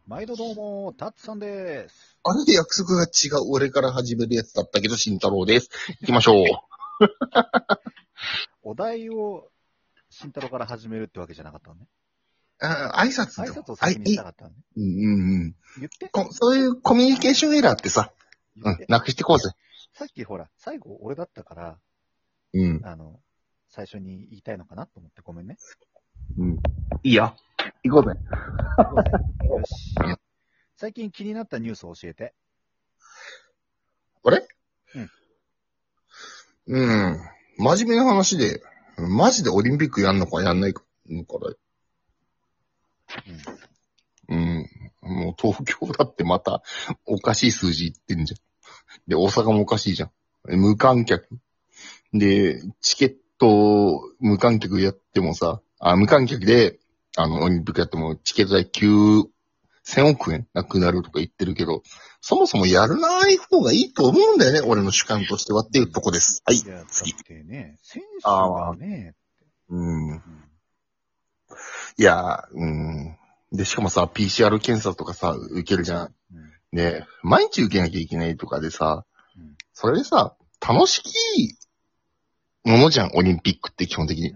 毎度どうも、タッツさんです。 あれで約束が違う俺から始めるやつだったけど、慎太郎です。行きましょう。 お題を慎太郎から始めるってわけじゃなかったのね。 挨拶の。 挨拶を先にしたかったのね。 うんうんうん。 言って、 そういうコミュニケーションエラーってさ、 言って。 なくしてこうぜ。 さっきほら、最後俺だったから、 うん。 最初に言いたいのかなと思ってごめんね。 うん。いいよ。行こうぜ。 行こうぜ。よし。最近気になったニュースを教えて。 あれうん。 うん。真面目な話で、マジでオリンピックやんのかやんないかのかだよ。うん。もう東京だってまたおかしい数字言ってんじゃん。で、大阪もおかしいじゃん。無観客。で、チケット無観客やってもさ、無観客で、オリンピックやってもチケット代9000億円なくなるとか言ってるけど、そもそもやらない方がいいと思うんだよね、俺の主観としてはっていうとこです。はい、 いや、だっ次。 てね、選手ああ、 がね、 うん。 うん。 いや、うん。で、しかもさ、PCR 検査とかさ、受けるじゃん。 うん。 で、毎日受けなきゃいけないとかでさ、 うん。 それでさ、楽しいものじゃん、オリンピックって基本的に。 うん。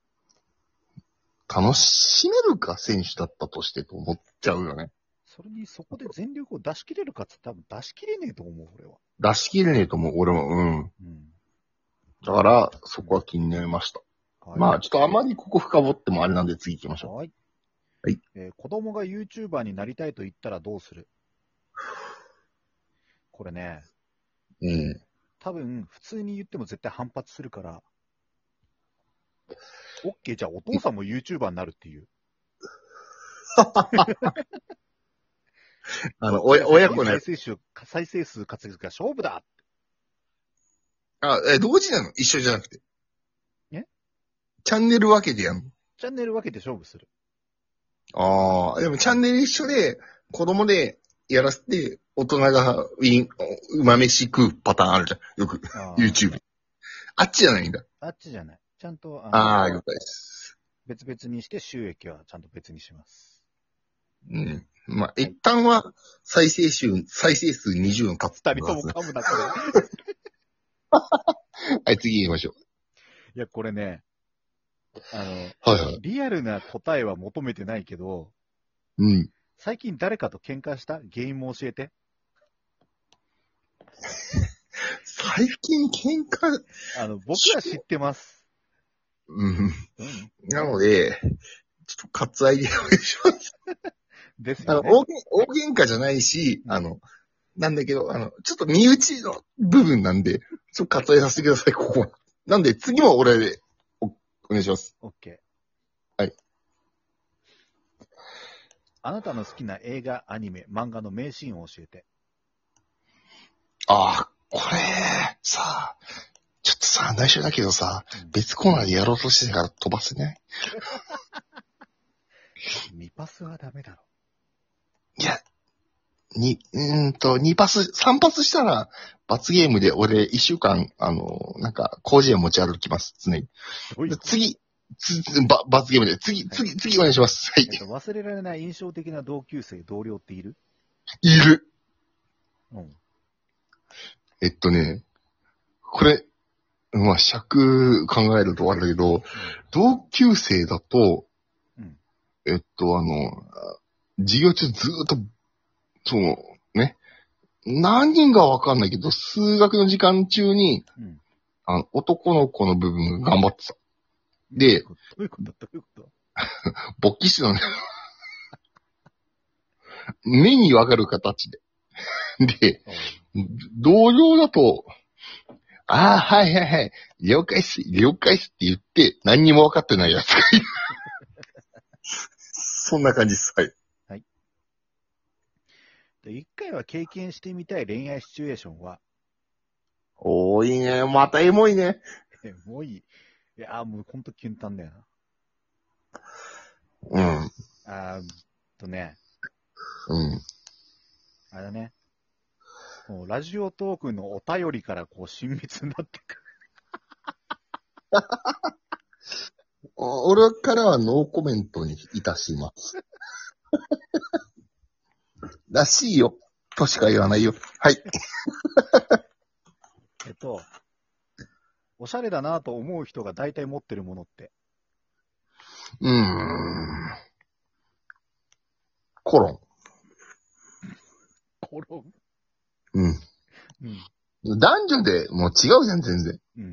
楽しめるか、選手だったとしてと思っちゃうよね。 それにそこで全力を出し切れるかって多分出し切れねえと思う、俺は。 出し切れねえと思う、俺も、うん。 うん。 だから、そこは気になりました。 はい。 まあ、ちょっとあまりここ深掘ってもあれなんで次行きましょはい。 う。はい。 子供が YouTuber になりたいと言ったらどうする？これね、 うん。 多分普通に言っても絶対反発するから、OK、じゃあお父さんも YouTuber になるっていう。どっちが先に親子のやつ。 再生数稼ぐか勝負だ。 同時なの？一緒じゃなくて。 ね、 チャンネル分けてやんの？ チャンネル分けて勝負する。 でもチャンネル一緒で、子供でやらせて、大人が馬飯食うパターンあるじゃん。よく、 あ YouTube。あっちじゃないんだ。 あ、あっちじゃない。ちゃんと、 了解です。 別々にして収益はちゃんと別にします。 うん。まあ、一はい。 旦は再生数20の勝つ二人とはずね。 も噛むな、これ。 はい、次行きましょいや、これね、 う。はいはい。 リアルな答えは求めてないけど、 うん。 最近誰かと喧嘩した原因も教えて。 最近喧嘩、 僕は知ってます。 うん。 うん。 なので、ちょっと割愛でお願いします。 ですよね。 大喧嘩じゃないし、 うん。 なんだけど、ちょっと身内の部分なんで、ちょっと割愛させてください、ここは。なんで、次は俺でお願いします。 OK。 はい。 あなたの好きな映画、アニメ、漫画の名シーンを教えて。 これ、さあ、ちょっとさ、内緒だけどさ、 うん。 別コーナーでやろうとしてたから飛ばせない？ 2パスはダメだろ。 いや、2パス、3パスしたら、罰ゲームで俺1週間、広辞苑持ち歩きます、常に。 どういうこと？ 次、罰ゲームで、次お願いします。はい。 忘れられない印象的な同級生、同僚っている？ いる。 うん。 これ、まあ、尺考えるとあれだけど、同級生だと、 うん。 授業中ずーっと、その、ね、何人かわかんないけど、数学の時間中に、 うん。 男の子の部分が頑張ってた。で、 どういうことどういうこと勃起してたのね。目にわかる形で。で、同僚だと、はいはいはい、了解っすって言って、何にもわかってないやつがいる。そんな感じです。はい。 はい。で、一回は経験してみたい恋愛シチュエーションは、 いいね。またエモいね。 もういい。いやもうほんとキュンタンだようん。 な。ね、 うん。 あれだね。もうラジオトークのお便りからこう親密になっていく。 俺からはノーコメントにいたします。 らしいよ。としか言わないよ。はい。 おしゃれだなと思う人が大体持ってるものって。 コロン。 コロン。 うん。 うん。 男女でもう違うじゃん、全然。 うん。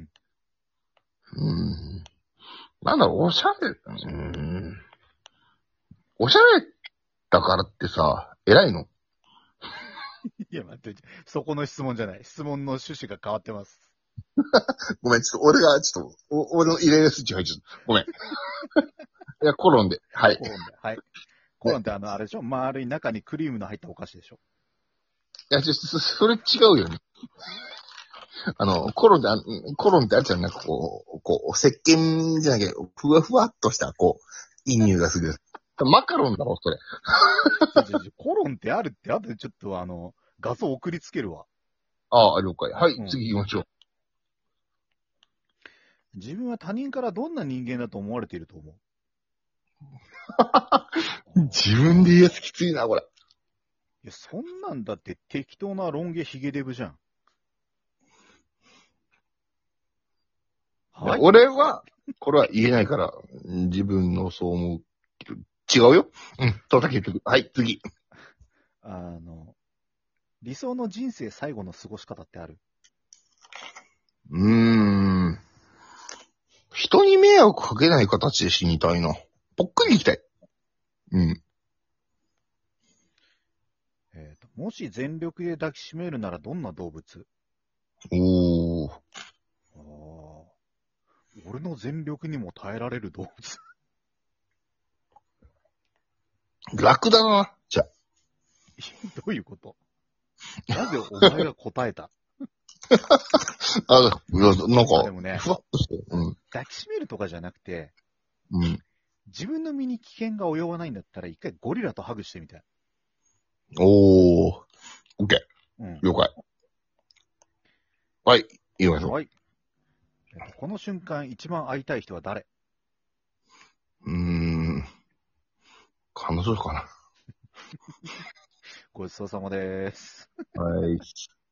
なんだろう、おしゃれ。おしゃれだからってさ、偉いの？ いや、待って、そこの質問じゃない。質問の趣旨が変わってます。 ごめん、ちょっと俺が、ちょっと、俺のイライラスイッチ入っちゃった。ごめん。いや、コロンで。はい。 コロンで。はい。コロンってあれでしょ、丸い中にクリームの入ったお菓子でしょ。 いや、それ違うよね。コロンってあれじゃん、なんか石鹸じゃなきゃ、ふわふわっとした、いい匂いがする。マカロンだろ、それ。 コロンってあるって、あとでちょっと画像送りつけるわ。 ああ、了解。はい、 うん次行きましょう。 自分は他人からどんな人間だと思われていると思う？ 自分で言うやつきついな、これ。 いや、そんなんだって適当なロン毛ヒゲデブじゃん。はい。 俺は、これは言えないから、自分のそう思うけど。違うよ。叩き言ってく。はい、次。 理想の人生最後の過ごし方ってある？ 人に迷惑かけない形で死にたいな。ぽっくり行きたい。 もし全力で抱きしめるならどんな動物？ おー。 あー、俺の全力にも耐えられる動物。 楽だな。じゃどういうこと？なぜお前が答えた？ あ。いや、なんか、 でもね、 ふわっとして。 抱きしめるとかじゃなくて、 うん。 自分の身に危険が及ばないんだったら一回ゴリラとハグしてみたい。 おー。オッケうん。 ー。了解。はい。言いましょう。 はい。この瞬間一番会いたい人は誰？ 彼女かな。 ごちそうさまです。 はい。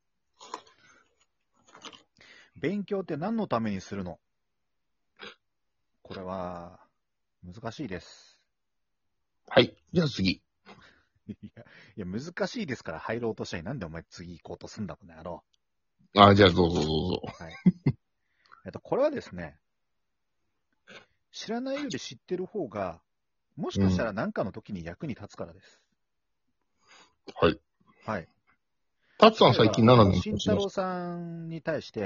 勉強って何のためにするの？これは、難しいです。 はい。じゃあ次。 いや、難しいですから入ろうとしたい。なんでお前次行こうとすんだこの野郎。 じゃあどうぞどうぞ。 はい。これはですね、知らないより知ってる方が、もしかしたら何かの時に役に立つからです。 はい。 はい。 タツさん最近何の勉慎強してます太郎さんに対して、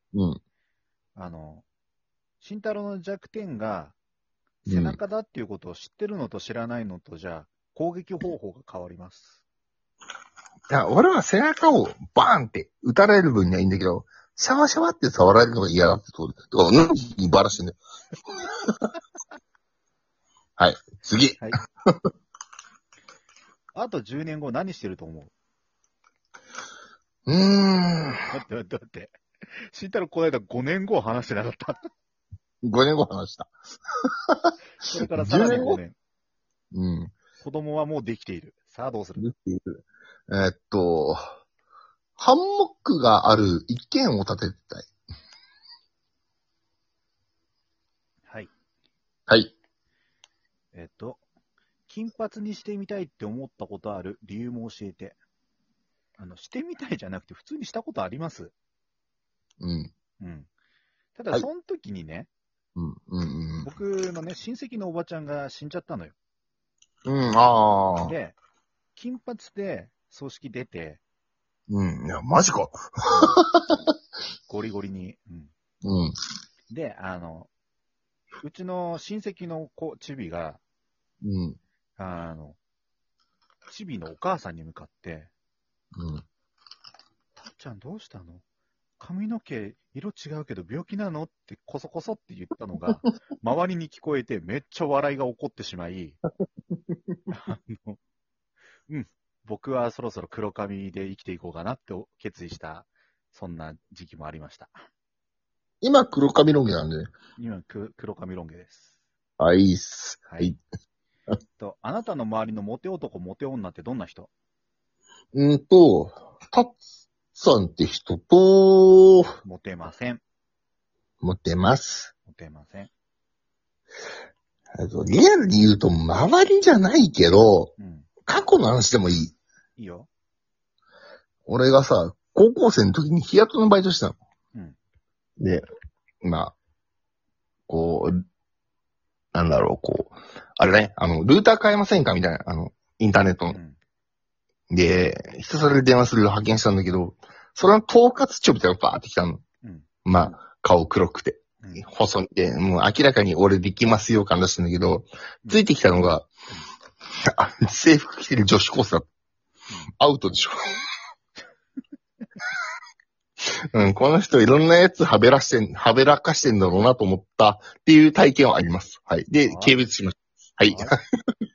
慎太郎の弱点が背中だっていうことを知ってるのと知らないのとじゃ、攻撃方法が変わります。 いや、俺は背中をバーンって撃たれる分にはいいんだけど、シャワシャワって触られるのが嫌だってところ。だから、にバラしてんだよ。はい。次。 はい。あと10年後何してると思う？待って。慎太郎この間5年後話してなかった。 5年後話した。 これからさらに5年。子供はもうできている。さあどうする？ ハンモックがある一軒を建てたい。 はい。 はい。 金髪にしてみたいって思ったことある理由も教えて。してみたいじゃなくて普通にしたことあります。ただ、その時にね、僕のね、親戚のおばちゃんが死んじゃったのよ。で、金髪で葬式出て、 いや、マジか。 ゴリゴリに。で、うちの親戚の子、チビが、チビのお母さんに向かって、たっちゃんどうしたの？髪の毛色違うけど病気なのってコソコソって言ったのが、周りに聞こえてめっちゃ笑いが起こってしまい、僕はそろそろ黒髪で生きていこうかなって決意した、そんな時期もありました。 今、黒髪ロン毛なんでね。 今、黒髪ロン毛です。 はい、いいっす。 はい。あなたの周りのモテ男、モテ女ってどんな人？ タッさんって人と、 モテません。 モテます。 モテません。 リアルに言うと、周りじゃないけど、 うん。 過去の話でもいい。 いいよ。 俺がさ、高校生の時に日雇いのバイトしたの。 うん。 で、まあ、こう、なんだろう、こう、あれね、ルーター変えませんかみたいな、インターネットの。 うん。 で、ひたすら電話する派遣したんだけど、それの統括長みたいなのがバーって来たの。 うん。 まあ、顔黒くて。 うん。 細いで、もう明らかに俺できますよ感出してんだけど、ついてきたのが、制服着てる女子高生だった。アウトでしょ。うん、この人いろんなやつはべらかしてんだろうなと思ったっていう体験はあります。はい。で、 はい軽蔑しました。はい。 はい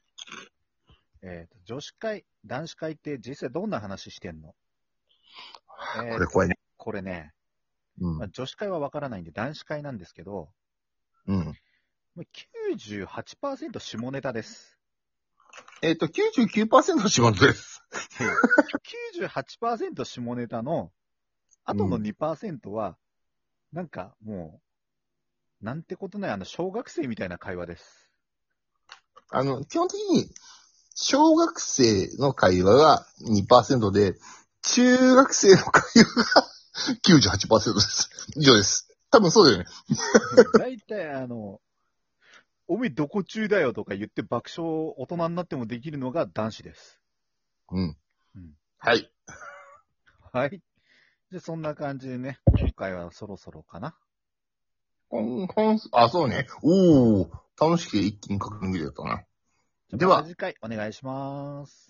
女子会、男子会って実際どんな話してんの？ これ怖いね。 これね、 うん。 まあ、女子会はわからないんで男子会なんですけど、 うん。 まあ98%下ネタです。 99% 仕事です。 98% 下ネタの、あとの 2% は、なんかもう、なんてことない、小学生みたいな会話です。 基本的に、小学生の会話が 2% で、中学生の会話が98% です。以上です。多分そうだよね。 大体おめえどこ中だよとか言って爆笑大人になってもできるのが男子です。 うん。 うん。 はい。 はい。じゃあそんな感じでね、今回はそろそろかな。 そうね。おー。楽しく一気に書くのだったな。 じゃあでは。 また次回お願いします。